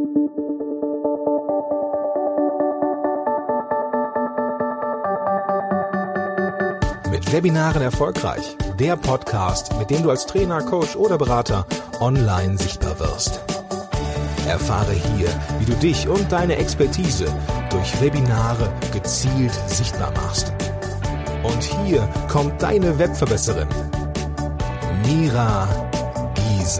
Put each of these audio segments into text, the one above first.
Mit Webinaren erfolgreich. Der Podcast, mit dem du als Trainer, Coach oder Berater online sichtbar wirst. Erfahre hier, wie du dich und deine Expertise durch Webinare gezielt sichtbar machst. Und hier kommt deine Webverbesserin, Mira Giesen.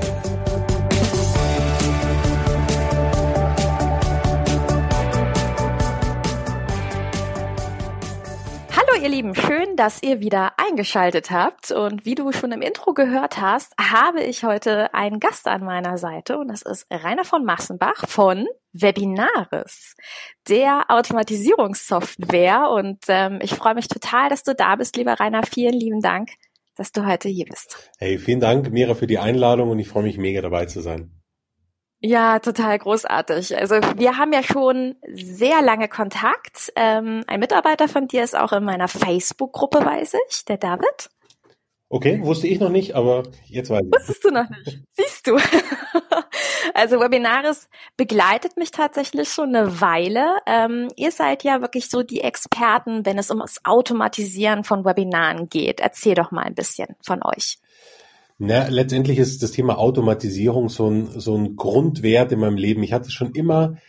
Hallo ihr Lieben, schön, dass ihr wieder eingeschaltet habt, und wie du schon im Intro gehört hast, habe ich heute einen Gast an meiner Seite, und das ist Rainer von Massenbach von Webinaris, der Automatisierungssoftware, und ich freue mich total, dass du da bist, lieber Rainer. Vielen lieben Dank, dass du heute hier bist. Hey, vielen Dank, Mira, für die Einladung, und ich freue mich mega dabei zu sein. Ja, total großartig. Also wir haben ja schon sehr lange Kontakt. Ein Mitarbeiter von dir ist auch in meiner Facebook-Gruppe, weiß ich, der David. Okay, wusste ich noch nicht, aber jetzt weiß ich. Wusstest du noch nicht? Siehst du. Also Webinaris begleitet mich tatsächlich schon eine Weile. Ihr seid ja wirklich so die Experten, wenn es um das Automatisieren von Webinaren geht. Erzähl doch mal ein bisschen von euch. Na, letztendlich ist das Thema Automatisierung so ein Grundwert in meinem Leben. Ich hatte schon immer,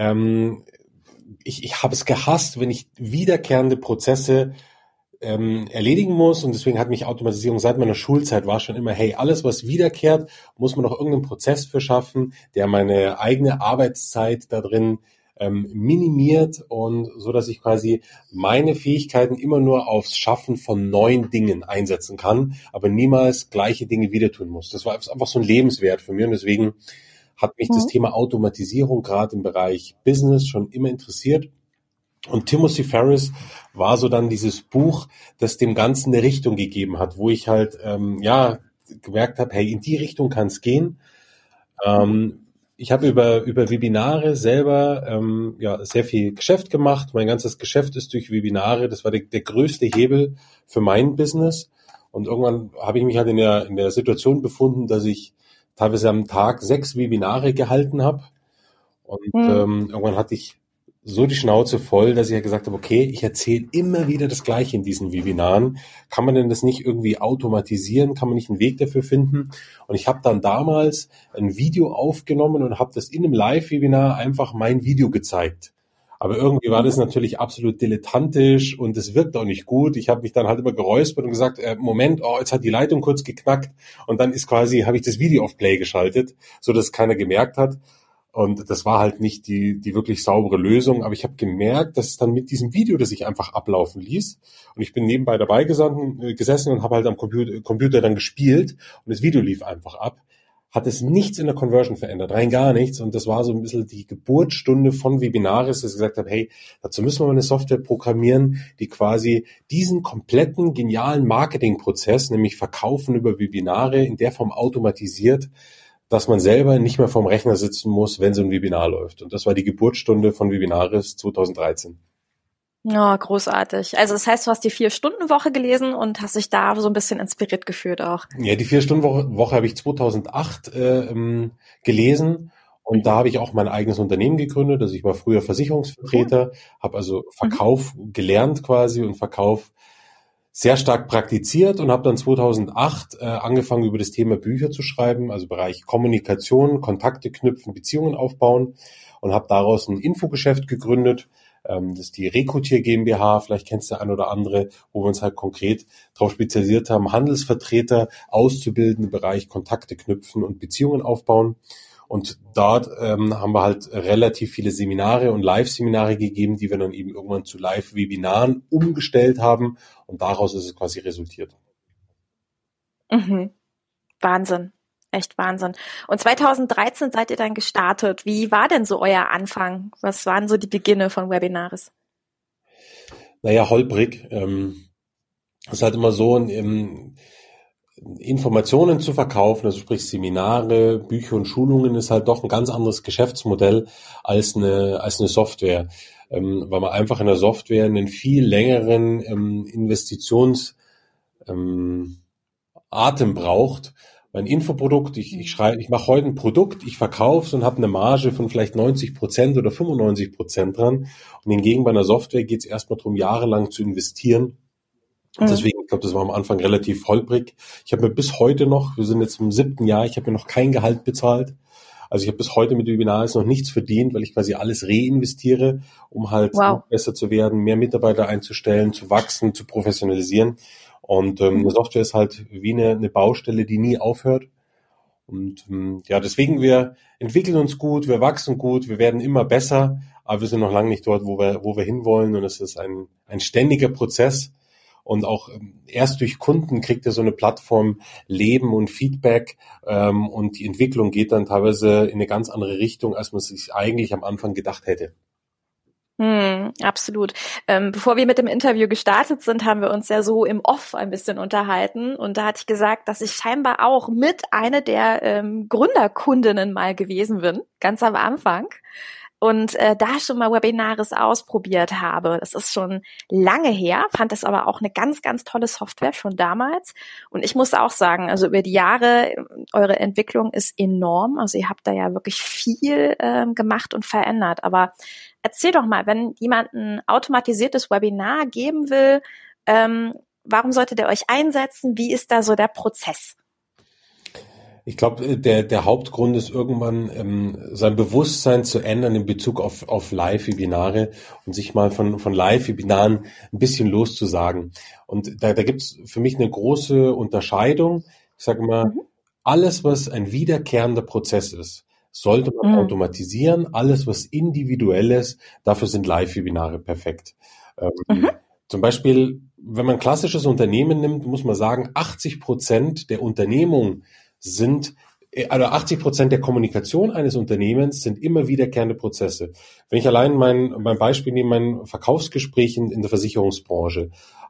ich habe es gehasst, wenn ich wiederkehrende Prozesse erledigen muss, und deswegen hat mich Automatisierung seit meiner Schulzeit war schon immer, hey, alles was wiederkehrt, muss man noch irgendeinen Prozess für schaffen, der meine eigene Arbeitszeit da drin minimiert, und so, dass ich quasi meine Fähigkeiten immer nur aufs Schaffen von neuen Dingen einsetzen kann, aber niemals gleiche Dinge wieder tun muss. Das war einfach so ein Lebenswert für mich, und deswegen hat mich das Thema Automatisierung gerade im Bereich Business schon immer interessiert. Und Timothy Ferriss war so dann dieses Buch, das dem Ganzen eine Richtung gegeben hat, wo ich halt gemerkt habe, hey, in die Richtung kann es gehen. Ich habe über Webinare selber sehr viel Geschäft gemacht. Mein ganzes Geschäft ist durch Webinare. Das war der größte Hebel für mein Business. Und irgendwann habe ich mich halt in der Situation befunden, dass ich teilweise am Tag 6 Webinare gehalten habe. Und irgendwann hatte ich so die Schnauze voll, dass ich ja gesagt habe, okay, ich erzähle immer wieder das Gleiche in diesen Webinaren. Kann man denn das nicht irgendwie automatisieren? Kann man nicht einen Weg dafür finden? Und ich habe dann damals ein Video aufgenommen und habe das in einem Live-Webinar einfach mein Video gezeigt. Aber irgendwie war das natürlich absolut dilettantisch, und es wirkt auch nicht gut. Ich habe mich dann halt immer geräuspert und gesagt, Moment, jetzt hat die Leitung kurz geknackt, und dann habe ich das Video auf Play geschaltet, so dass es keiner gemerkt hat. Und das war halt nicht die wirklich saubere Lösung, aber ich habe gemerkt, dass es dann mit diesem Video, das ich einfach ablaufen ließ, und ich bin nebenbei dabei gesessen und habe halt am Computer dann gespielt, und das Video lief einfach ab, hat es nichts in der Conversion verändert, rein gar nichts, und das war so ein bisschen die Geburtsstunde von Webinaris, dass ich gesagt habe, hey, dazu müssen wir mal eine Software programmieren, die quasi diesen kompletten genialen Marketingprozess, nämlich Verkaufen über Webinare, in der Form automatisiert, dass man selber nicht mehr vorm Rechner sitzen muss, wenn so ein Webinar läuft. Und das war die Geburtsstunde von Webinaris 2013. Ja, großartig. Also das heißt, du hast die 4-Stunden-Woche gelesen und hast dich da so ein bisschen inspiriert gefühlt auch. Ja, die 4-Stunden-Woche habe ich 2008 gelesen, und da habe ich auch mein eigenes Unternehmen gegründet. Also ich war früher Versicherungsvertreter, habe also Verkauf gelernt quasi und Verkauf sehr stark praktiziert, und habe dann 2008 angefangen, über das Thema Bücher zu schreiben, also Bereich Kommunikation, Kontakte knüpfen, Beziehungen aufbauen, und habe daraus ein Infogeschäft gegründet. Das ist die Rekrutier GmbH, vielleicht kennst du der ein oder andere, wo wir uns halt konkret darauf spezialisiert haben, Handelsvertreter auszubilden im Bereich Kontakte knüpfen und Beziehungen aufbauen. Und dort haben wir halt relativ viele Seminare und Live-Seminare gegeben, die wir dann eben irgendwann zu Live-Webinaren umgestellt haben. Und daraus ist es quasi resultiert. Wahnsinn. Echt Wahnsinn. Und 2013 seid ihr dann gestartet. Wie war denn so euer Anfang? Was waren so die Beginne von Webinaris? Naja, holprig. Es ist halt immer so, Informationen zu verkaufen, also sprich Seminare, Bücher und Schulungen, ist halt doch ein ganz anderes Geschäftsmodell als eine Software, weil man einfach in der Software einen viel längeren Investitionsatem braucht, mein Infoprodukt, ich mache heute ein Produkt, ich verkaufe es und habe eine Marge von vielleicht 90% oder 95% dran. Und hingegen bei einer Software geht es erstmal darum, jahrelang zu investieren. Und deswegen, ich glaube, das war am Anfang relativ holprig. Ich habe mir bis heute noch, wir sind jetzt im 7. Jahr, ich habe mir noch kein Gehalt bezahlt. Also ich habe bis heute mit Webinars noch nichts verdient, weil ich quasi alles reinvestiere, um halt besser zu werden, mehr Mitarbeiter einzustellen, zu wachsen, zu professionalisieren. Und eine Software ist halt wie eine Baustelle, die nie aufhört. Und deswegen, wir entwickeln uns gut, wir wachsen gut, wir werden immer besser, aber wir sind noch lange nicht dort, wo wir hinwollen. Und es ist ein ständiger Prozess. Und auch erst durch Kunden kriegt ja so eine Plattform Leben und Feedback, und die Entwicklung geht dann teilweise in eine ganz andere Richtung, als man sich eigentlich am Anfang gedacht hätte. Absolut. Bevor wir mit dem Interview gestartet sind, haben wir uns ja so im Off ein bisschen unterhalten. Und da hatte ich gesagt, dass ich scheinbar auch mit einer der Gründerkundinnen mal gewesen bin, ganz am Anfang. Und da schon mal Webinaris ausprobiert habe. Das ist schon lange her, fand das aber auch eine ganz, ganz tolle Software schon damals. Und ich muss auch sagen, also über die Jahre, eure Entwicklung ist enorm. Also ihr habt da ja wirklich viel gemacht und verändert. Aber erzähl doch mal, wenn jemand ein automatisiertes Webinar geben will, warum sollte der euch einsetzen? Wie ist da so der Prozess? Ich glaube, der Hauptgrund ist irgendwann sein Bewusstsein zu ändern in Bezug auf Live-Webinare und sich mal von Live-Webinaren ein bisschen loszusagen. Und da gibt's für mich eine große Unterscheidung. Ich sage mal, alles, was ein wiederkehrender Prozess ist, sollte man automatisieren. Alles, was individuell ist, dafür sind Live-Webinare perfekt. Zum Beispiel, wenn man ein klassisches Unternehmen nimmt, muss man sagen, 80% der Unternehmung sind, also 80% der Kommunikation eines Unternehmens sind immer wiederkehrende Prozesse. Wenn ich allein mein Beispiel nehme, mein Verkaufsgespräch in der Versicherungsbranche.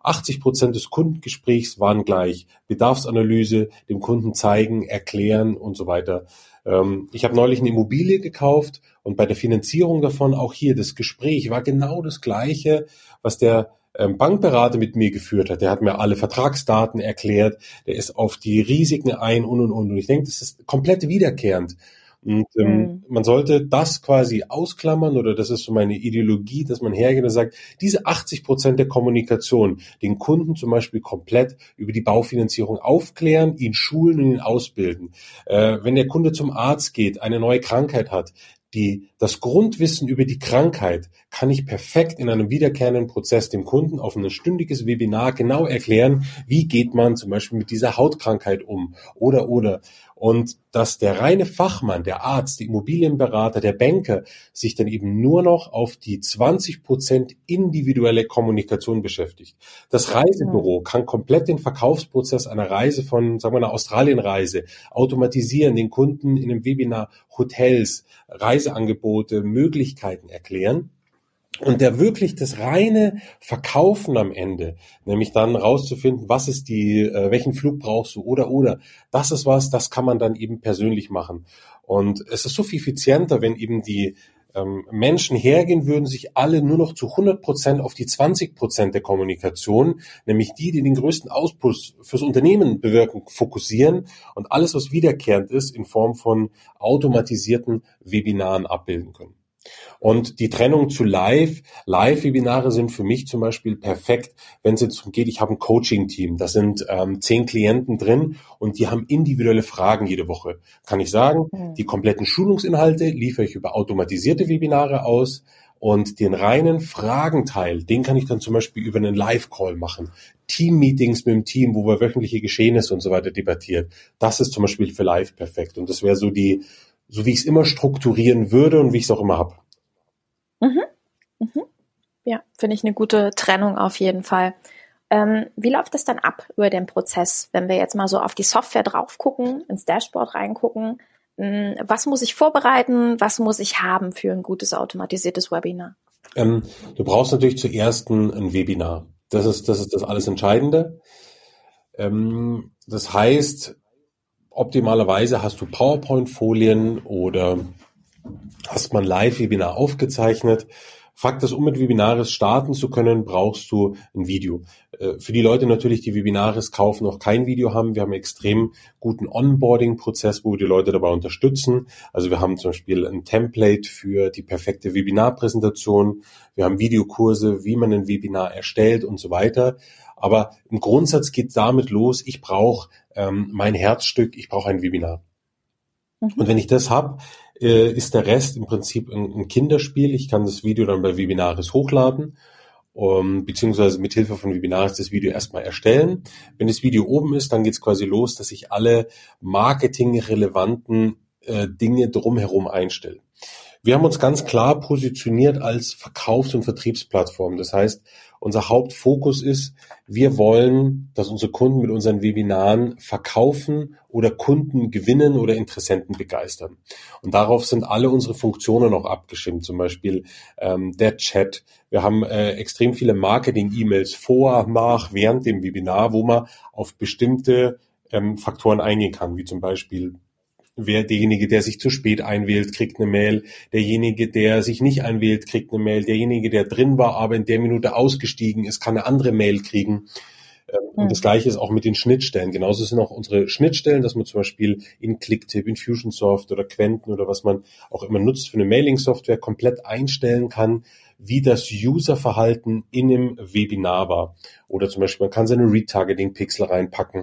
80% des Kundengesprächs waren gleich. Bedarfsanalyse, dem Kunden zeigen, erklären und so weiter. Ich habe neulich eine Immobilie gekauft und bei der Finanzierung davon auch hier das Gespräch war genau das Gleiche, was der Bankberater mit mir geführt hat. Der hat mir alle Vertragsdaten erklärt, der ist auf die Risiken ein und. Und ich denke, das ist komplett wiederkehrend. Und man sollte das quasi ausklammern, oder das ist so meine Ideologie, dass man hergeht und sagt, diese 80% der Kommunikation, den Kunden zum Beispiel komplett über die Baufinanzierung aufklären, ihn schulen und ihn ausbilden. Wenn der Kunde zum Arzt geht, eine neue Krankheit hat, das Grundwissen über die Krankheit kann ich perfekt in einem wiederkehrenden Prozess dem Kunden auf ein stündiges Webinar genau erklären, wie geht man zum Beispiel mit dieser Hautkrankheit um oder. Und dass der reine Fachmann, der Arzt, der Immobilienberater, der Banker sich dann eben nur noch auf die 20% individuelle Kommunikation beschäftigt. Das Reisebüro kann komplett den Verkaufsprozess einer Reise von, sagen wir, einer Australienreise automatisieren, den Kunden in einem Webinar Hotels, Reiseangebote, Möglichkeiten erklären. Und der wirklich das reine Verkaufen am Ende, nämlich dann rauszufinden, was ist welchen Flug brauchst du oder, das ist was, das kann man dann eben persönlich machen. Und es ist so viel effizienter, wenn eben die Menschen hergehen würden, sich alle nur noch zu 100% auf die 20% der Kommunikation, nämlich die den größten Auspush fürs Unternehmen bewirken, fokussieren und alles, was wiederkehrend ist, in Form von automatisierten Webinaren abbilden können. Und die Trennung zu Live-Webinare sind für mich zum Beispiel perfekt, wenn es jetzt darum geht, ich habe ein Coaching-Team, da sind 10 Klienten drin und die haben individuelle Fragen jede Woche. Kann ich sagen, die kompletten Schulungsinhalte liefere ich über automatisierte Webinare aus und den reinen Fragenteil, den kann ich dann zum Beispiel über einen Live-Call machen. Team-Meetings mit dem Team, wo wir wöchentliche Geschehnisse und so weiter debattiert. Das ist zum Beispiel für Live perfekt und das wäre so wie ich es immer strukturieren würde und wie ich es auch immer habe. Ja, finde ich eine gute Trennung auf jeden Fall. Wie läuft das dann ab über den Prozess, wenn wir jetzt mal so auf die Software drauf gucken, ins Dashboard reingucken? Was muss ich vorbereiten? Was muss ich haben für ein gutes automatisiertes Webinar? Du brauchst natürlich zuerst ein Webinar. Das ist das alles Entscheidende. Das heißt, optimalerweise hast du PowerPoint-Folien oder hast man Live-Webinar aufgezeichnet. Fakt ist, um mit Webinaris starten zu können, brauchst du ein Video. Für die Leute natürlich, die Webinaris kaufen, noch kein Video haben, wir haben einen extrem guten Onboarding-Prozess, wo wir die Leute dabei unterstützen. Also wir haben zum Beispiel ein Template für die perfekte Webinarpräsentation, wir haben Videokurse, wie man ein Webinar erstellt und so weiter. Aber im Grundsatz geht damit los, ich brauche mein Herzstück, ich brauche ein Webinar. Und wenn ich das habe, ist der Rest im Prinzip ein Kinderspiel. Ich kann das Video dann bei Webinaris hochladen, beziehungsweise mit Hilfe von Webinaris das Video erstmal erstellen. Wenn das Video oben ist, dann geht es quasi los, dass ich alle marketingrelevanten Dinge drumherum einstelle. Wir haben uns ganz klar positioniert als Verkaufs- und Vertriebsplattform. Das heißt, unser Hauptfokus ist, wir wollen, dass unsere Kunden mit unseren Webinaren verkaufen oder Kunden gewinnen oder Interessenten begeistern. Und darauf sind alle unsere Funktionen auch abgestimmt, zum Beispiel der Chat. Wir haben extrem viele Marketing-E-Mails vor, nach, während dem Webinar, wo man auf bestimmte Faktoren eingehen kann, wie zum Beispiel derjenige, der sich zu spät einwählt, kriegt eine Mail. Derjenige, der sich nicht einwählt, kriegt eine Mail. Derjenige, der drin war, aber in der Minute ausgestiegen ist, kann eine andere Mail kriegen. Und das Gleiche ist auch mit den Schnittstellen. Genauso sind auch unsere Schnittstellen, dass man zum Beispiel in Clicktip, Infusionsoft oder Quenten oder was man auch immer nutzt für eine Mailing-Software komplett einstellen kann, wie das Userverhalten in einem Webinar war. Oder zum Beispiel, man kann seine Retargeting-Pixel reinpacken.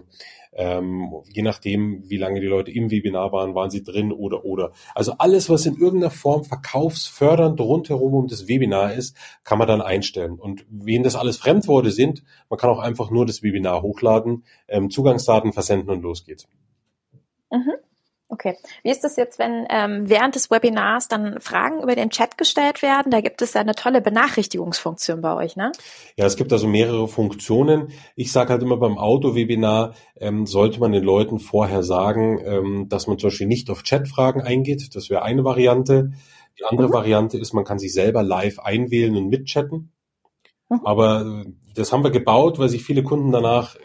Je nachdem, wie lange die Leute im Webinar waren sie drin oder. Also alles, was in irgendeiner Form verkaufsfördernd rundherum um das Webinar ist, kann man dann einstellen. Und wen das alles Fremdworte sind, man kann auch einfach nur das Webinar hochladen, Zugangsdaten versenden und los geht's. Mhm. Okay. Wie ist das jetzt, wenn während des Webinars dann Fragen über den Chat gestellt werden? Da gibt es ja eine tolle Benachrichtigungsfunktion bei euch, ne? Ja, es gibt also mehrere Funktionen. Ich sage halt immer, beim Auto-Webinar sollte man den Leuten vorher sagen, dass man zum Beispiel nicht auf Chatfragen eingeht. Das wäre eine Variante. Die andere Variante ist, man kann sich selber live einwählen und mitchatten. Aber das haben wir gebaut, weil sich viele Kunden danach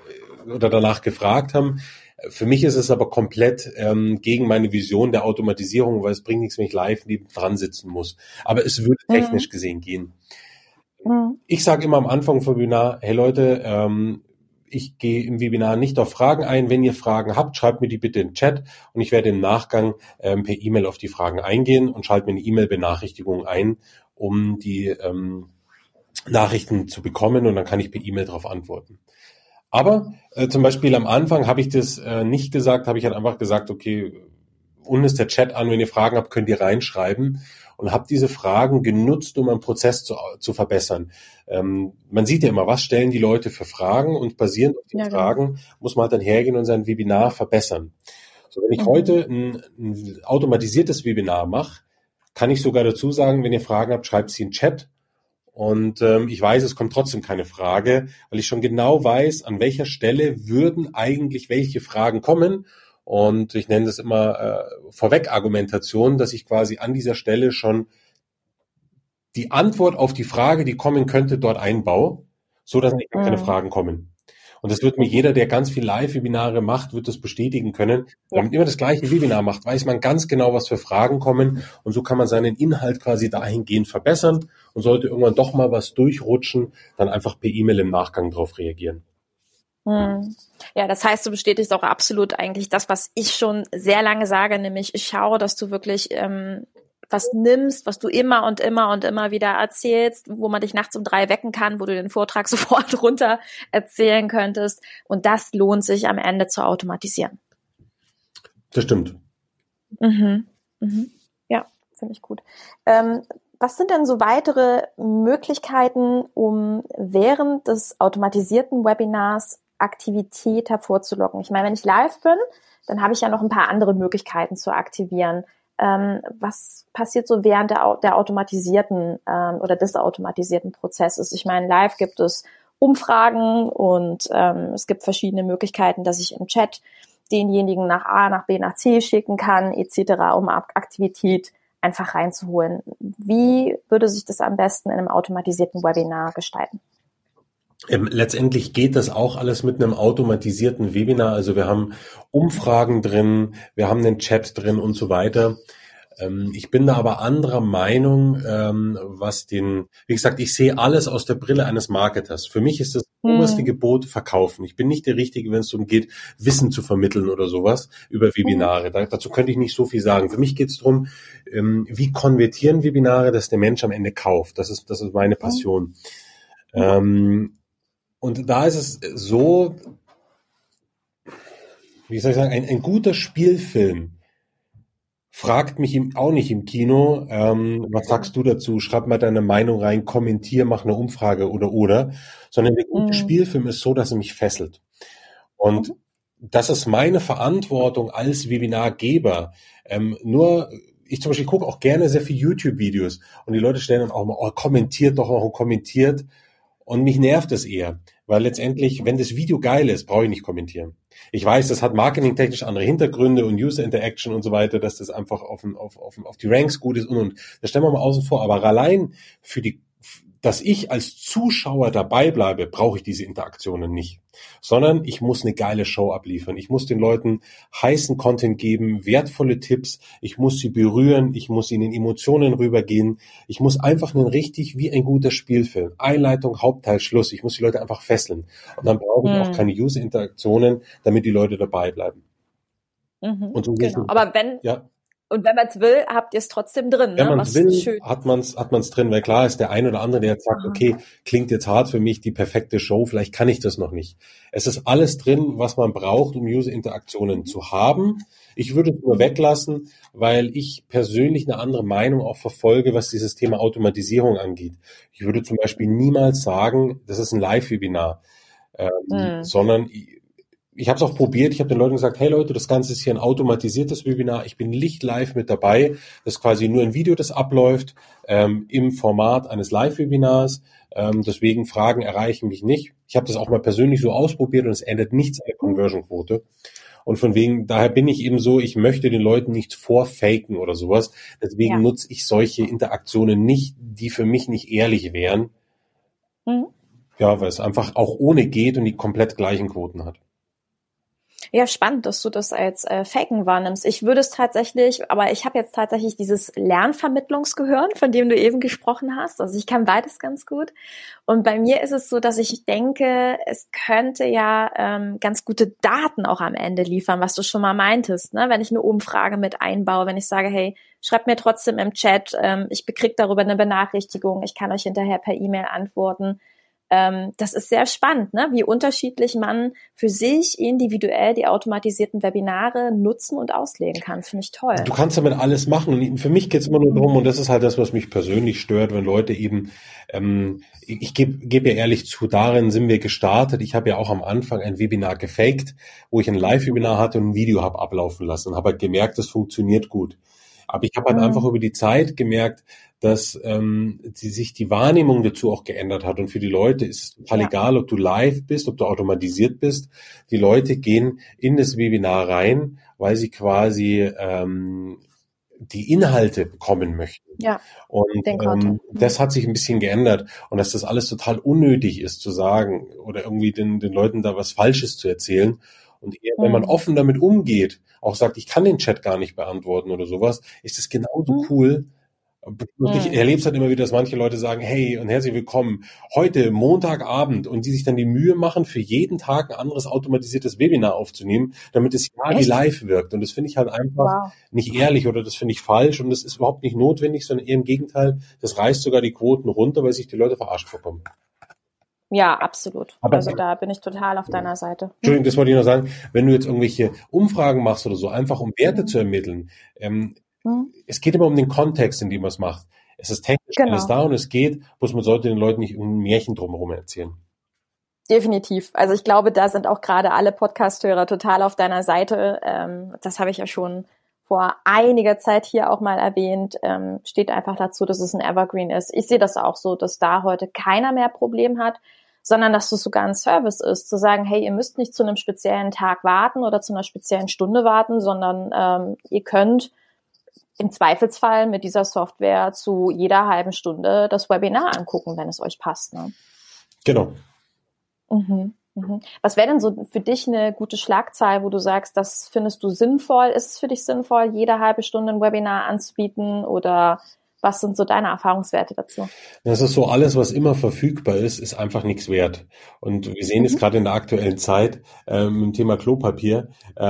gefragt haben. Für mich ist es aber komplett gegen meine Vision der Automatisierung, weil es bringt nichts, wenn ich live neben dran sitzen muss. Aber es würde technisch gesehen gehen. Ich sage immer am Anfang vom Webinar, hey Leute, ich gehe im Webinar nicht auf Fragen ein. Wenn ihr Fragen habt, schreibt mir die bitte in den Chat und ich werde im Nachgang per E-Mail auf die Fragen eingehen und schalte mir eine E-Mail-Benachrichtigung ein, um die Nachrichten zu bekommen und dann kann ich per E-Mail darauf antworten. Aber zum Beispiel am Anfang habe ich das nicht gesagt, habe ich halt einfach gesagt, okay, unten ist der Chat an, wenn ihr Fragen habt, könnt ihr reinschreiben und habe diese Fragen genutzt, um einen Prozess zu verbessern. Man sieht ja immer, was stellen die Leute für Fragen und basierend auf den Fragen muss man halt dann hergehen und sein Webinar verbessern. So, wenn ich heute ein automatisiertes Webinar mache, kann ich sogar dazu sagen, wenn ihr Fragen habt, schreibt sie in den Chat. Und ich weiß, es kommt trotzdem keine Frage, weil ich schon genau weiß, an welcher Stelle würden eigentlich welche Fragen kommen. Und ich nenne das immer Vorweg-Argumentation, dass ich quasi an dieser Stelle schon die Antwort auf die Frage, die kommen könnte, dort einbaue, so dass nicht keine Fragen kommen. Und das wird mir jeder, der ganz viel Live-Webinare macht, wird das bestätigen können. Wenn man immer das gleiche Webinar macht, weiß man ganz genau, was für Fragen kommen. Und so kann man seinen Inhalt quasi dahingehend verbessern. Und sollte irgendwann doch mal was durchrutschen, dann einfach per E-Mail im Nachgang drauf reagieren. Ja, das heißt, du bestätigst auch absolut eigentlich das, was ich schon sehr lange sage, nämlich ich schaue, dass du wirklich was nimmst, was du immer und immer und immer wieder erzählst, wo man dich nachts um 3 wecken kann, wo du den Vortrag sofort runter erzählen könntest. Und das lohnt sich am Ende zu automatisieren. Das stimmt. Ja, finde ich gut. Was sind denn so weitere Möglichkeiten, um während des automatisierten Webinars Aktivität hervorzulocken? Ich meine, wenn ich live bin, dann habe ich ja noch ein paar andere Möglichkeiten zu aktivieren. Was passiert so während der automatisierten oder des automatisierten Prozesses? Ich meine, live gibt es Umfragen und es gibt verschiedene Möglichkeiten, dass ich im Chat denjenigen nach A, nach B, nach C schicken kann, etc., um Aktivität einfach reinzuholen. Wie würde sich das am besten in einem automatisierten Webinar gestalten? Letztendlich geht das auch alles mit einem automatisierten Webinar. Also wir haben Umfragen drin, wir haben einen Chat drin und so weiter. Ich bin da aber anderer Meinung, wie gesagt, ich sehe alles aus der Brille eines Marketers. Für mich ist das oberste Gebot verkaufen. Ich bin nicht der Richtige, wenn es darum geht, Wissen zu vermitteln oder sowas über Webinare. Dazu könnte ich nicht so viel sagen. Für mich geht es darum, wie konvertieren Webinare, dass der Mensch am Ende kauft. Das ist meine Passion. Und da ist es so, wie soll ich sagen, ein guter Spielfilm fragt mich auch nicht im Kino, was sagst du dazu? Schreib mal deine Meinung rein, kommentier, mach eine Umfrage oder. Sondern der gute Spielfilm ist so, dass er mich fesselt. Und das ist meine Verantwortung als Webinargeber. Ich zum Beispiel gucke auch gerne sehr viel YouTube-Videos und die Leute stellen dann auch mal, kommentiert doch noch und kommentiert. Und mich nervt es eher, weil letztendlich, wenn das Video geil ist, brauche ich nicht kommentieren. Ich weiß, das hat marketingtechnisch andere Hintergründe und User Interaction und so weiter, dass das einfach auf die Ranks gut ist und. Das stellen wir mal außen vor. Aber allein dass ich als Zuschauer dabei bleibe, brauche ich diese Interaktionen nicht. Sondern ich muss eine geile Show abliefern. Ich muss den Leuten heißen Content geben, wertvolle Tipps. Ich muss sie berühren. Ich muss ihnen Emotionen rübergehen. Ich muss einfach richtig wie ein guter Spielfilm. Einleitung, Hauptteil, Schluss. Ich muss die Leute einfach fesseln. Und dann brauche ich auch keine User-Interaktionen, damit die Leute dabei bleiben. Und so genau. Aber Und wenn man es will, habt ihr es trotzdem drin. Wenn man es will, hat man's drin, weil klar ist der ein oder andere, der jetzt sagt, okay, klingt jetzt hart für mich, die perfekte Show, vielleicht kann ich das noch nicht. Es ist alles drin, was man braucht, um User-Interaktionen zu haben. Ich würde es nur weglassen, weil ich persönlich eine andere Meinung auch verfolge, was dieses Thema Automatisierung angeht. Ich würde zum Beispiel niemals sagen, das ist ein Live-Webinar, sondern ich habe es auch probiert, ich habe den Leuten gesagt, hey Leute, das Ganze ist hier ein automatisiertes Webinar, ich bin nicht live mit dabei, das ist quasi nur ein Video, das abläuft im Format eines Live-Webinars, deswegen Fragen erreichen mich nicht. Ich habe das auch mal persönlich so ausprobiert und es ändert nichts an der Conversion-Quote. Und daher bin ich eben so, ich möchte den Leuten nichts vorfaken oder sowas, deswegen nutze ich solche Interaktionen nicht, die für mich nicht ehrlich wären. Ja, weil es einfach auch ohne geht und die komplett gleichen Quoten hat. Ja, spannend, dass du das als Faken wahrnimmst. Ich würde es tatsächlich, aber ich habe jetzt tatsächlich dieses Lernvermittlungsgehirn, von dem du eben gesprochen hast. Also ich kann beides ganz gut. Und bei mir ist es so, dass ich denke, es könnte ja ganz gute Daten auch am Ende liefern, was du schon mal meintest, ne? Wenn ich eine Umfrage mit einbaue, wenn ich sage, hey, schreibt mir trotzdem im Chat, ich bekriege darüber eine Benachrichtigung, ich kann euch hinterher per E-Mail antworten. Das ist sehr spannend, ne? Wie unterschiedlich man für sich individuell die automatisierten Webinare nutzen und auslegen kann. Finde ich toll. Du kannst damit alles machen und für mich geht es immer nur darum, und das ist halt das, was mich persönlich stört, wenn Leute eben, ich gebe ja ehrlich zu, darin sind wir gestartet. Ich habe ja auch am Anfang ein Webinar gefaked, wo ich ein Live-Webinar hatte und ein Video habe ablaufen lassen und habe halt gemerkt, das funktioniert gut. Aber ich habe halt einfach über die Zeit gemerkt, dass sich die Wahrnehmung dazu auch geändert hat. Und für die Leute ist es total egal, ob du live bist, ob du automatisiert bist. Die Leute gehen in das Webinar rein, weil sie quasi die Inhalte bekommen möchten. Ja. Und das hat sich ein bisschen geändert. Und dass das alles total unnötig ist zu sagen oder irgendwie den Leuten da was Falsches zu erzählen. Und eher, wenn man offen damit umgeht, auch sagt, ich kann den Chat gar nicht beantworten oder sowas, ist es genauso cool. Ich erlebe es halt immer wieder, dass manche Leute sagen, hey und herzlich willkommen, heute Montagabend, und die sich dann die Mühe machen, für jeden Tag ein anderes automatisiertes Webinar aufzunehmen, damit es wie live wirkt. Und das finde ich halt einfach nicht ehrlich oder das finde ich falsch und das ist überhaupt nicht notwendig, sondern eher im Gegenteil, das reißt sogar die Quoten runter, weil sich die Leute verarscht vorkommen. Ja, absolut. Also da bin ich total auf deiner Seite. Entschuldigung, das wollte ich noch sagen. Wenn du jetzt irgendwelche Umfragen machst oder so, einfach um Werte zu ermitteln, es geht immer um den Kontext, in dem man es macht. Es ist technisch alles da und es geht, bloß man sollte den Leuten nicht ein Märchen drumherum erzählen. Definitiv. Also ich glaube, da sind auch gerade alle Podcast-Hörer total auf deiner Seite. Das habe ich ja schon vor einiger Zeit hier auch mal erwähnt, steht einfach dazu, dass es ein Evergreen ist. Ich sehe das auch so, dass da heute keiner mehr Problem hat, sondern dass es sogar ein Service ist, zu sagen, hey, ihr müsst nicht zu einem speziellen Tag warten oder zu einer speziellen Stunde warten, sondern ihr könnt im Zweifelsfall mit dieser Software zu jeder halben Stunde das Webinar angucken, wenn es euch passt. Ne? Genau. Was wäre denn so für dich eine gute Schlagzahl, wo du sagst, das findest du sinnvoll? Ist es für dich sinnvoll, jede halbe Stunde ein Webinar anzubieten oder was sind so deine Erfahrungswerte dazu? Das ist so, alles, was immer verfügbar ist einfach nichts wert. Und wir sehen es gerade in der aktuellen Zeit mit dem Thema Klopapier.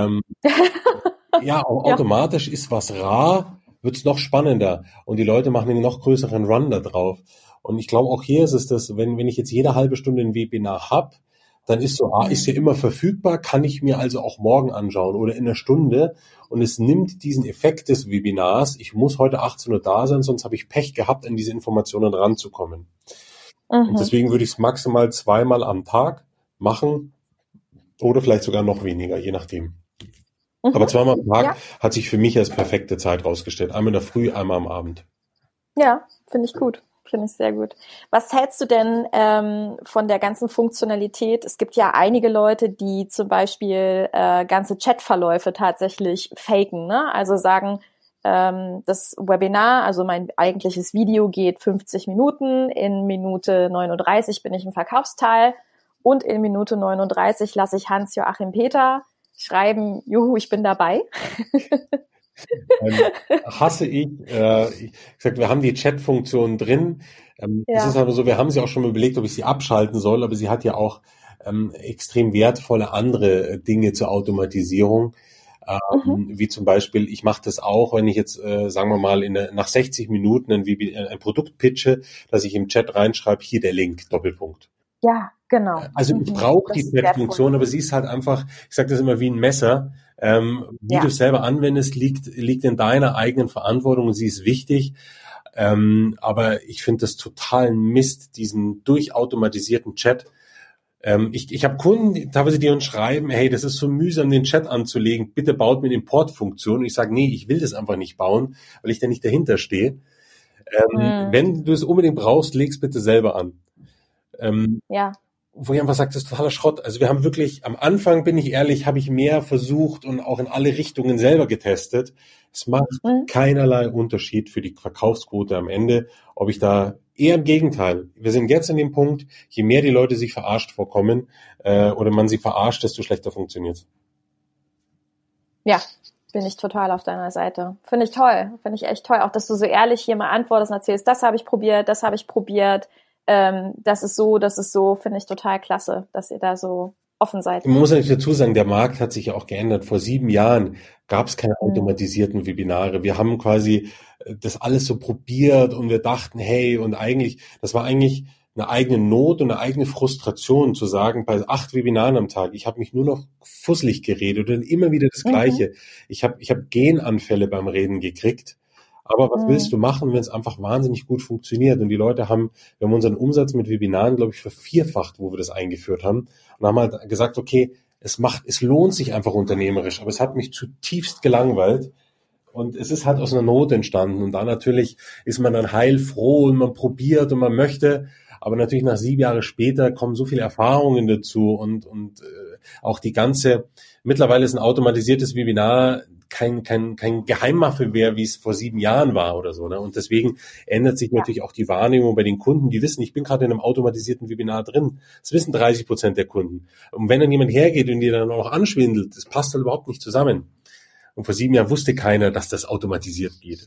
Ja, automatisch ist was rar, wird's noch spannender und die Leute machen einen noch größeren Run da drauf. Und ich glaube, auch hier ist es das, wenn ich jetzt jede halbe Stunde ein Webinar habe, dann ist so, ist ja immer verfügbar, kann ich mir also auch morgen anschauen oder in einer Stunde. Und es nimmt diesen Effekt des Webinars, ich muss heute 18 Uhr da sein, sonst habe ich Pech gehabt, an diese Informationen ranzukommen. Und deswegen würde ich es maximal 2-mal am Tag machen oder vielleicht sogar noch weniger, je nachdem. Aber 2-mal am Tag hat sich für mich als perfekte Zeit rausgestellt. Einmal in der Früh, einmal am Abend. Ja, finde ich gut. Finde ich sehr gut. Was hältst du denn von der ganzen Funktionalität? Es gibt ja einige Leute, die zum Beispiel ganze Chatverläufe tatsächlich faken, ne? Also sagen, das Webinar, also mein eigentliches Video geht 50 Minuten, in Minute 39 bin ich im Verkaufsteil und in Minute 39 lasse ich Hans-Joachim Peter schreiben, juhu, ich bin dabei. Hasse ich. Gesagt, wir haben die Chat-Funktion drin. Es ist aber so, wir haben sie auch schon mal überlegt, ob ich sie abschalten soll, aber sie hat ja auch extrem wertvolle andere Dinge zur Automatisierung. Wie zum Beispiel, ich mache das auch, wenn ich jetzt, sagen wir mal, nach 60 Minuten ein Produkt pitche, dass ich im Chat reinschreibe, hier der Link, Doppelpunkt. Ja, genau. Also ich brauche die Chat-Funktion, aber sie ist halt einfach, ich sage das immer wie ein Messer, wie du es selber anwendest, liegt in deiner eigenen Verantwortung und sie ist wichtig. Aber ich finde das total Mist, diesen durchautomatisierten Chat. Ich habe Kunden, teilweise die uns schreiben, hey, das ist so mühsam, den Chat anzulegen, bitte baut mir eine Importfunktion. Und ich sage, nee, ich will das einfach nicht bauen, weil ich da nicht dahinter stehe. Wenn du es unbedingt brauchst, leg's bitte selber an. Wo ich einfach sage, das ist totaler Schrott. Also wir haben wirklich, am Anfang, bin ich ehrlich, habe ich mehr versucht und auch in alle Richtungen selber getestet. Es macht keinerlei Unterschied für die Verkaufsquote am Ende, ob ich da, eher im Gegenteil. Wir sind jetzt an dem Punkt, je mehr die Leute sich verarscht vorkommen oder man sie verarscht, desto schlechter funktioniert. Ja, bin ich total auf deiner Seite. Finde ich toll, finde ich echt toll. Auch, dass du so ehrlich hier mal antwortest und erzählst, das habe ich probiert, das ist so, finde ich total klasse, dass ihr da so offen seid. Man muss natürlich dazu sagen, der Markt hat sich ja auch geändert. Vor 7 Jahren gab es keine automatisierten Webinare. Wir haben quasi das alles so probiert und wir dachten, hey, und das war eigentlich eine eigene Not und eine eigene Frustration zu sagen, bei 8 Webinaren am Tag, ich habe mich nur noch fusselig geredet und immer wieder das Gleiche. Ich hab Genanfälle beim Reden gekriegt. Aber was willst du machen, wenn es einfach wahnsinnig gut funktioniert? Und wir haben unseren Umsatz mit Webinaren, glaube ich, vervierfacht, wo wir das eingeführt haben. Und haben halt gesagt, okay, es lohnt sich einfach unternehmerisch. Aber es hat mich zutiefst gelangweilt. Und es ist halt aus einer Not entstanden. Und da natürlich ist man dann heilfroh und man probiert und man möchte. Aber natürlich nach 7 Jahre später kommen so viele Erfahrungen dazu und auch mittlerweile ist ein automatisiertes Webinar kein Geheimwaffe mehr, wie es vor 7 Jahren war oder so, ne? Und deswegen ändert sich natürlich auch die Wahrnehmung bei den Kunden, die wissen, ich bin gerade in einem automatisierten Webinar drin. Das wissen 30% der Kunden. Und wenn dann jemand hergeht und die dann auch anschwindelt, das passt halt überhaupt nicht zusammen. Und vor 7 Jahren wusste keiner, dass das automatisiert geht.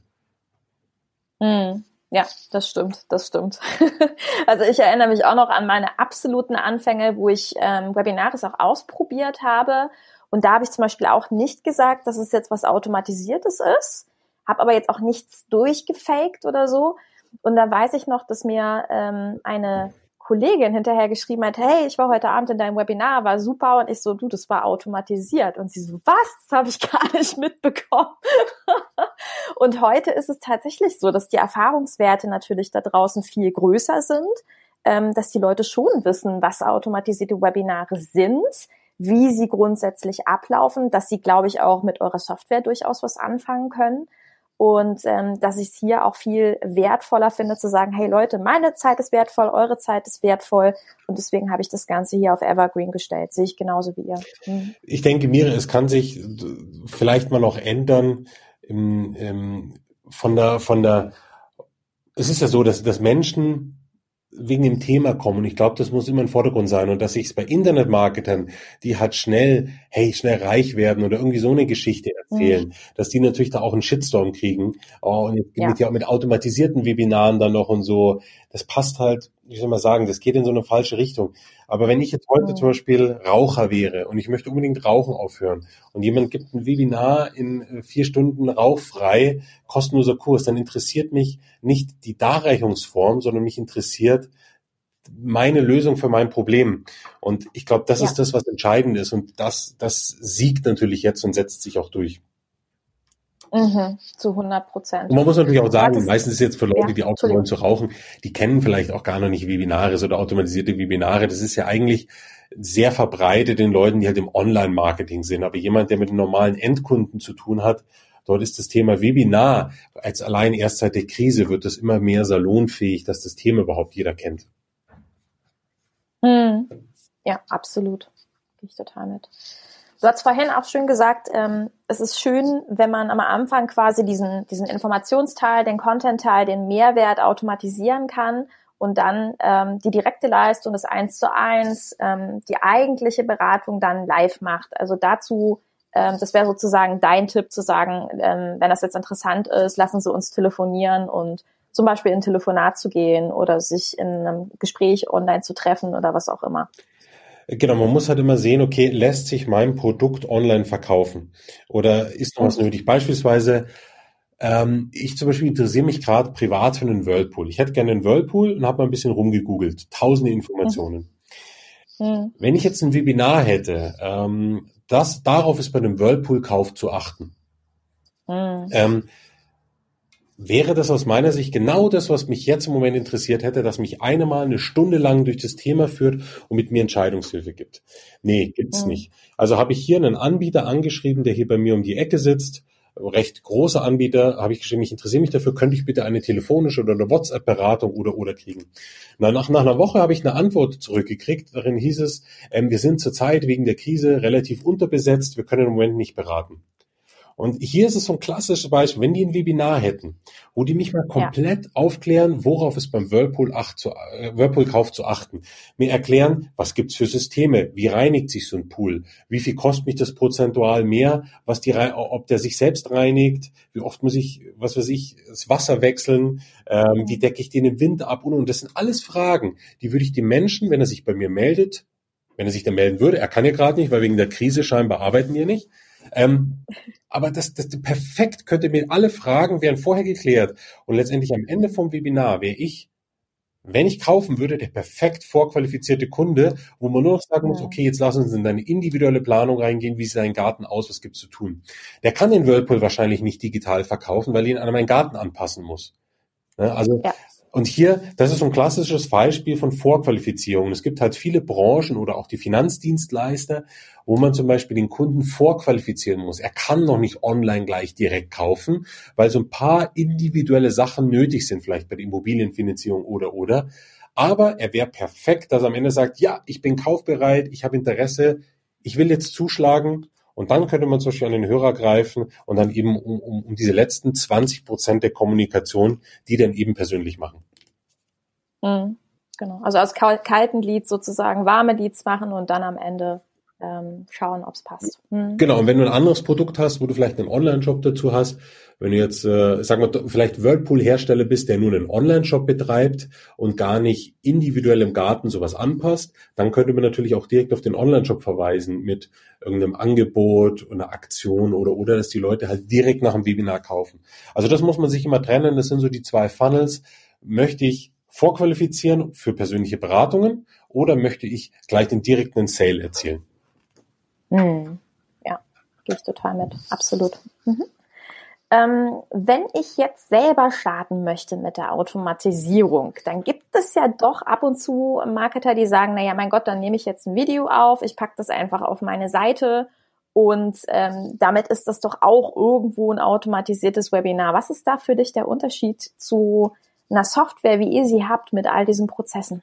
Ja, das stimmt. Also ich erinnere mich auch noch an meine absoluten Anfänge, wo ich Webinare auch ausprobiert habe. Und da habe ich zum Beispiel auch nicht gesagt, dass es jetzt was Automatisiertes ist, habe aber jetzt auch nichts durchgefaked oder so. Und da weiß ich noch, dass mir eine Kollegin hinterher geschrieben hat, hey, ich war heute Abend in deinem Webinar, war super. Und ich so, du, das war automatisiert. Und sie so, was? Das habe ich gar nicht mitbekommen. Und heute ist es tatsächlich so, dass die Erfahrungswerte natürlich da draußen viel größer sind, dass die Leute schon wissen, was automatisierte Webinare sind, wie sie grundsätzlich ablaufen, dass sie, glaube ich, auch mit eurer Software durchaus was anfangen können. Und dass ich es hier auch viel wertvoller finde, zu sagen, hey Leute, meine Zeit ist wertvoll, eure Zeit ist wertvoll. Und deswegen habe ich das Ganze hier auf Evergreen gestellt. Sehe ich genauso wie ihr. Ich denke, Mire, es kann sich vielleicht mal noch ändern. Es ist ja so, dass Menschen wegen dem Thema kommen. Und ich glaube, das muss immer im Vordergrund sein. Und dass ich es bei Internetmarketern, die halt schnell reich werden oder irgendwie so eine Geschichte erzählen, dass die natürlich da auch einen Shitstorm kriegen. Oh, und jetzt mit automatisierten Webinaren dann noch und so. Das passt halt, wie soll man sagen, das geht in so eine falsche Richtung. Aber wenn ich jetzt heute zum Beispiel Raucher wäre und ich möchte unbedingt Rauchen aufhören und jemand gibt ein Webinar in 4 Stunden rauchfrei, kostenloser Kurs, dann interessiert mich nicht die Darreichungsform, sondern mich interessiert meine Lösung für mein Problem. Und ich glaube, das ist das, was entscheidend ist. Und das siegt natürlich jetzt und setzt sich auch durch. Zu 100%. Und man muss natürlich auch sagen, meistens ist jetzt für Leute, die aufhören wollen zu rauchen, die kennen vielleicht auch gar noch nicht Webinare oder automatisierte Webinare. Das ist ja eigentlich sehr verbreitet den Leuten, die halt im Online-Marketing sind. Aber jemand, der mit den normalen Endkunden zu tun hat, dort ist das Thema Webinar als allein erst seit der Krise wird das immer mehr salonfähig, dass das Thema überhaupt jeder kennt. Ja, absolut. Gehe ich total mit. Du hast vorhin auch schön gesagt, es ist schön, wenn man am Anfang quasi diesen Informationsteil, den Content-Teil, den Mehrwert automatisieren kann und dann die direkte Leistung, das 1:1, die eigentliche Beratung dann live macht. Also dazu, das wäre sozusagen dein Tipp zu sagen, wenn das jetzt interessant ist, lassen Sie uns telefonieren und zum Beispiel in ein Telefonat zu gehen oder sich in einem Gespräch online zu treffen oder was auch immer. Genau, man muss halt immer sehen, okay, lässt sich mein Produkt online verkaufen oder ist noch was nötig? Beispielsweise, ich zum Beispiel interessiere mich gerade privat für einen Whirlpool. Ich hätte gerne einen Whirlpool und habe mal ein bisschen rumgegoogelt, tausende Informationen. Wenn ich jetzt ein Webinar hätte, darauf ist bei einem Whirlpool-Kauf zu achten. Wäre das aus meiner Sicht genau das, was mich jetzt im Moment interessiert hätte, dass mich eine Stunde lang durch das Thema führt und mit mir Entscheidungshilfe gibt? Nee, gibt's nicht. Also habe ich hier einen Anbieter angeschrieben, der hier bei mir um die Ecke sitzt, recht großer Anbieter, habe ich geschrieben, ich interessiere mich dafür, könnte ich bitte eine telefonische oder eine WhatsApp-Beratung oder kriegen? Nach einer Woche habe ich eine Antwort zurückgekriegt, darin hieß es, wir sind zurzeit wegen der Krise relativ unterbesetzt, wir können im Moment nicht beraten. Und hier ist es so ein klassisches Beispiel, wenn die ein Webinar hätten, wo die mich mal komplett aufklären, worauf es beim Whirlpool-Kauf zu achten. Mir erklären, was gibt's für Systeme, wie reinigt sich so ein Pool, wie viel kostet mich das prozentual mehr, ob der sich selbst reinigt, wie oft muss ich, das Wasser wechseln, wie decke ich den im Winter ab und das sind alles Fragen, die würde ich dem Menschen, wenn er sich bei mir meldet, wenn er sich dann melden würde, er kann ja gerade nicht, weil wegen der Krise scheinbar arbeiten wir nicht, aber das perfekt könnte mir alle Fragen wären vorher geklärt und letztendlich am Ende vom Webinar wäre ich, wenn ich kaufen würde, der perfekt vorqualifizierte Kunde, wo man nur noch sagen muss, okay, jetzt lass uns in deine individuelle Planung reingehen, wie sieht dein Garten aus, was gibt's zu tun. Der kann den Whirlpool wahrscheinlich nicht digital verkaufen, weil ich ihn an meinen Garten anpassen muss. Und hier, das ist so ein klassisches Beispiel von Vorqualifizierung. Es gibt halt viele Branchen oder auch die Finanzdienstleister, wo man zum Beispiel den Kunden vorqualifizieren muss. Er kann noch nicht online gleich direkt kaufen, weil so ein paar individuelle Sachen nötig sind, vielleicht bei der Immobilienfinanzierung oder. Aber er wäre perfekt, dass er am Ende sagt, ja, ich bin kaufbereit, ich habe Interesse, ich will jetzt zuschlagen. Und dann könnte man zum Beispiel an den Hörer greifen und dann eben um diese letzten 20% der Kommunikation, die dann eben persönlich machen. Genau, also aus kalten Leads sozusagen warme Leads machen und dann am Ende schauen, ob es passt. Genau, und wenn du ein anderes Produkt hast, wo du vielleicht einen Online-Shop dazu hast, wenn du jetzt, vielleicht Whirlpool-Hersteller bist, der nur einen Online-Shop betreibt und gar nicht individuell im Garten sowas anpasst, dann könnte man natürlich auch direkt auf den Online-Shop verweisen mit irgendeinem Angebot, einer Aktion oder dass die Leute halt direkt nach dem Webinar kaufen. Also das muss man sich immer trennen, das sind so die 2 Funnels. Möchte ich vorqualifizieren für persönliche Beratungen oder möchte ich gleich den direkten Sale erzielen? Ja, gehe ich total mit. Absolut. Wenn ich jetzt selber starten möchte mit der Automatisierung, dann gibt es ja doch ab und zu Marketer, die sagen, naja, mein Gott, dann nehme ich jetzt ein Video auf, ich packe das einfach auf meine Seite und damit ist das doch auch irgendwo ein automatisiertes Webinar. Was ist da für dich der Unterschied zu einer Software, wie ihr sie habt mit all diesen Prozessen?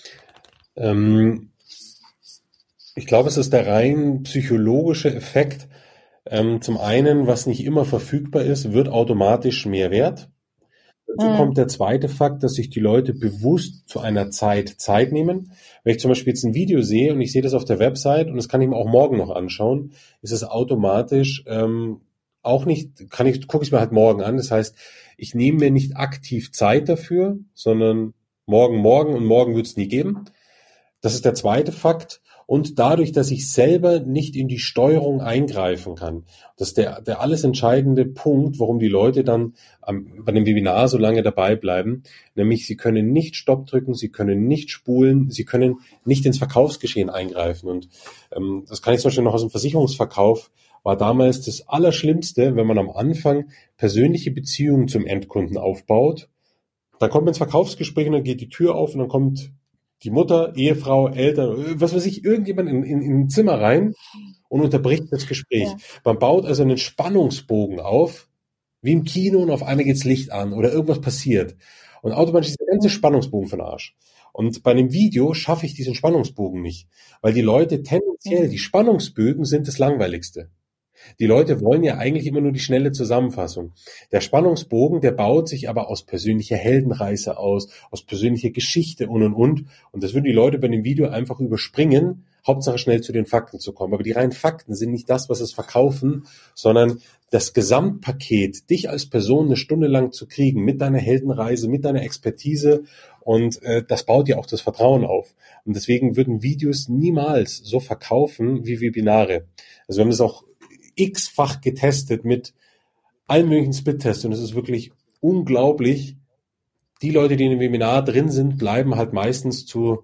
Ich glaube, es ist der rein psychologische Effekt. Zum einen, was nicht immer verfügbar ist, wird automatisch mehr wert. Dazu kommt der zweite Fakt, dass sich die Leute bewusst zu einer Zeit nehmen. Wenn ich zum Beispiel jetzt ein Video sehe und ich sehe das auf der Website und das kann ich mir auch morgen noch anschauen, ist es automatisch auch nicht, gucke ich es mir halt morgen an. Das heißt, ich nehme mir nicht aktiv Zeit dafür, sondern morgen und morgen wird es nie geben. Das ist der zweite Fakt. Und dadurch, dass ich selber nicht in die Steuerung eingreifen kann, das ist der alles entscheidende Punkt, warum die Leute dann bei dem Webinar so lange dabei bleiben, nämlich sie können nicht Stopp drücken, sie können nicht spulen, sie können nicht ins Verkaufsgeschehen eingreifen. Und das kann ich zum Beispiel noch aus dem Versicherungsverkauf, war damals das Allerschlimmste, wenn man am Anfang persönliche Beziehungen zum Endkunden aufbaut. Dann kommt man ins Verkaufsgespräch und dann geht die Tür auf und dann kommt die Mutter, Ehefrau, Eltern, was weiß ich, irgendjemand in ein Zimmer rein und unterbricht das Gespräch. Ja. Man baut also einen Spannungsbogen auf, wie im Kino, und auf einmal geht's Licht an oder irgendwas passiert. Und automatisch ist der ganze Spannungsbogen für den Arsch. Und bei einem Video schaffe ich diesen Spannungsbogen nicht, weil die Leute tendenziell, die Spannungsbögen sind das Langweiligste. Die Leute wollen ja eigentlich immer nur die schnelle Zusammenfassung. Der Spannungsbogen, der baut sich aber aus persönlicher Heldenreise aus persönlicher Geschichte und. Und das würden die Leute bei dem Video einfach überspringen, Hauptsache schnell zu den Fakten zu kommen. Aber die reinen Fakten sind nicht das, was es verkaufen, sondern das Gesamtpaket, dich als Person eine Stunde lang zu kriegen, mit deiner Heldenreise, mit deiner Expertise. Und das baut ja auch das Vertrauen auf. Und deswegen würden Videos niemals so verkaufen wie Webinare. Also wir haben das auch x-fach getestet mit allen möglichen Split-Tests und es ist wirklich unglaublich. Die Leute, die in dem Webinar drin sind, bleiben halt meistens zu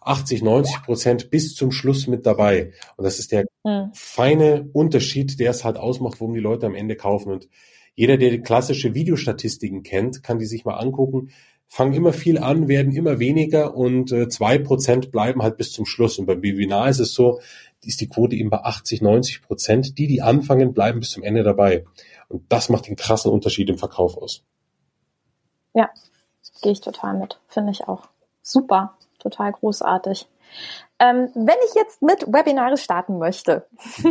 80-90% bis zum Schluss mit dabei. Und das ist der feine Unterschied, der es halt ausmacht, warum die Leute am Ende kaufen. Und jeder, der die klassische Videostatistiken kennt, kann die sich mal angucken. Fangen immer viel an, werden immer weniger und 2% bleiben halt bis zum Schluss. Und beim Webinar ist es so, ist die Quote eben bei 80-90%. Die anfangen, bleiben bis zum Ende dabei. Und das macht den krassen Unterschied im Verkauf aus. Ja, gehe ich total mit. Finde ich auch super, total großartig. Wenn ich jetzt mit Webinare starten möchte,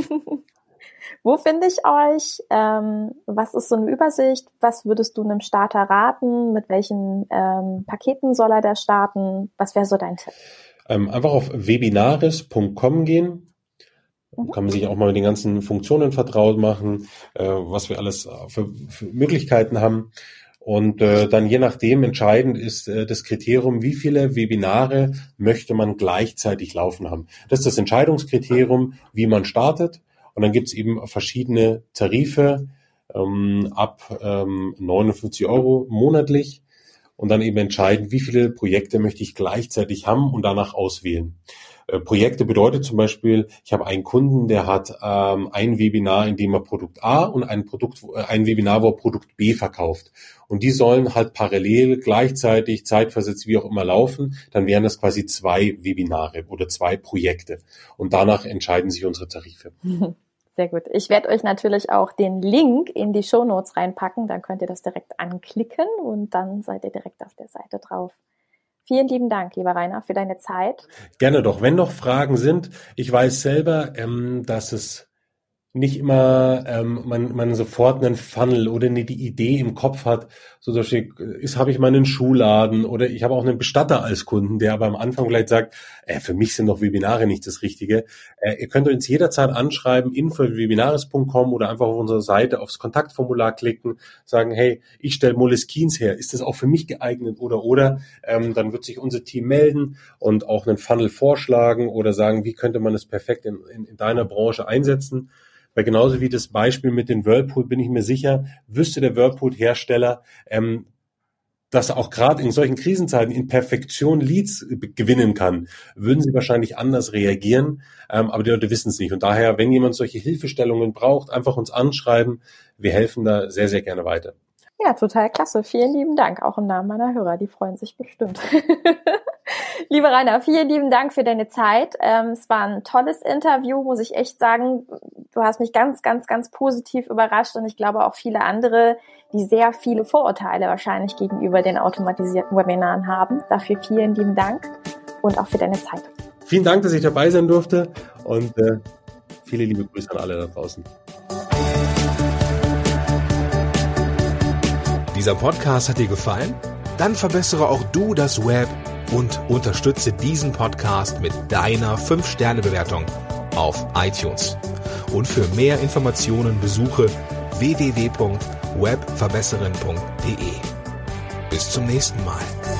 wo finde ich euch? Was ist so eine Übersicht? Was würdest du einem Starter raten? Mit welchen Paketen soll er da starten? Was wäre so dein Tipp? Einfach auf webinaris.com gehen. Kann man sich auch mal mit den ganzen Funktionen vertraut machen, was wir alles für Möglichkeiten haben. Und dann je nachdem entscheidend ist das Kriterium, wie viele Webinare möchte man gleichzeitig laufen haben. Das ist das Entscheidungskriterium, wie man startet. Und dann gibt's eben verschiedene Tarife ab 59 € monatlich. Und dann eben entscheiden, wie viele Projekte möchte ich gleichzeitig haben und danach auswählen. Projekte bedeutet zum Beispiel, ich habe einen Kunden, der hat ein Webinar, in dem er Produkt A und ein Webinar, wo er Produkt B verkauft. Und die sollen halt parallel, gleichzeitig, zeitversetzt, wie auch immer laufen. Dann wären das quasi 2 Webinare oder 2 Projekte. Und danach entscheiden sich unsere Tarife. Sehr gut. Ich werde euch natürlich auch den Link in die Shownotes reinpacken. Dann könnt ihr das direkt anklicken und dann seid ihr direkt auf der Seite drauf. Vielen lieben Dank, lieber Rainer, für deine Zeit. Gerne doch. Wenn noch Fragen sind, ich weiß selber, dass es nicht immer man sofort einen Funnel oder die Idee im Kopf hat, so zum Beispiel habe ich mal einen Schuhladen oder ich habe auch einen Bestatter als Kunden, der aber am Anfang vielleicht sagt, für mich sind doch Webinare nicht das Richtige. Ihr könnt uns jederzeit anschreiben, info@webinaris.com oder einfach auf unserer Seite aufs Kontaktformular klicken, sagen, hey, ich stelle Moleskines her, ist das auch für mich geeignet oder, dann wird sich unser Team melden und auch einen Funnel vorschlagen oder sagen, wie könnte man es perfekt in deiner Branche einsetzen. Weil genauso wie das Beispiel mit den Whirlpool bin ich mir sicher, wüsste der Whirlpool-Hersteller, dass er auch gerade in solchen Krisenzeiten in Perfektion Leads gewinnen kann, würden sie wahrscheinlich anders reagieren, aber die Leute wissen es nicht. Und daher, wenn jemand solche Hilfestellungen braucht, einfach uns anschreiben. Wir helfen da sehr, sehr gerne weiter. Ja, total klasse. Vielen lieben Dank, auch im Namen meiner Hörer. Die freuen sich bestimmt. Lieber Rainer, vielen lieben Dank für deine Zeit. Es war ein tolles Interview, muss ich echt sagen. Du hast mich ganz, ganz, ganz positiv überrascht und ich glaube auch viele andere, die sehr viele Vorurteile wahrscheinlich gegenüber den automatisierten Webinaren haben. Dafür vielen lieben Dank und auch für deine Zeit. Vielen Dank, dass ich dabei sein durfte und viele liebe Grüße an alle da draußen. Dieser Podcast hat dir gefallen? Dann verbessere auch du das Web und unterstütze diesen Podcast mit deiner 5-Sterne-Bewertung auf iTunes. Und für mehr Informationen besuche www.webverbesserin.de. Bis zum nächsten Mal.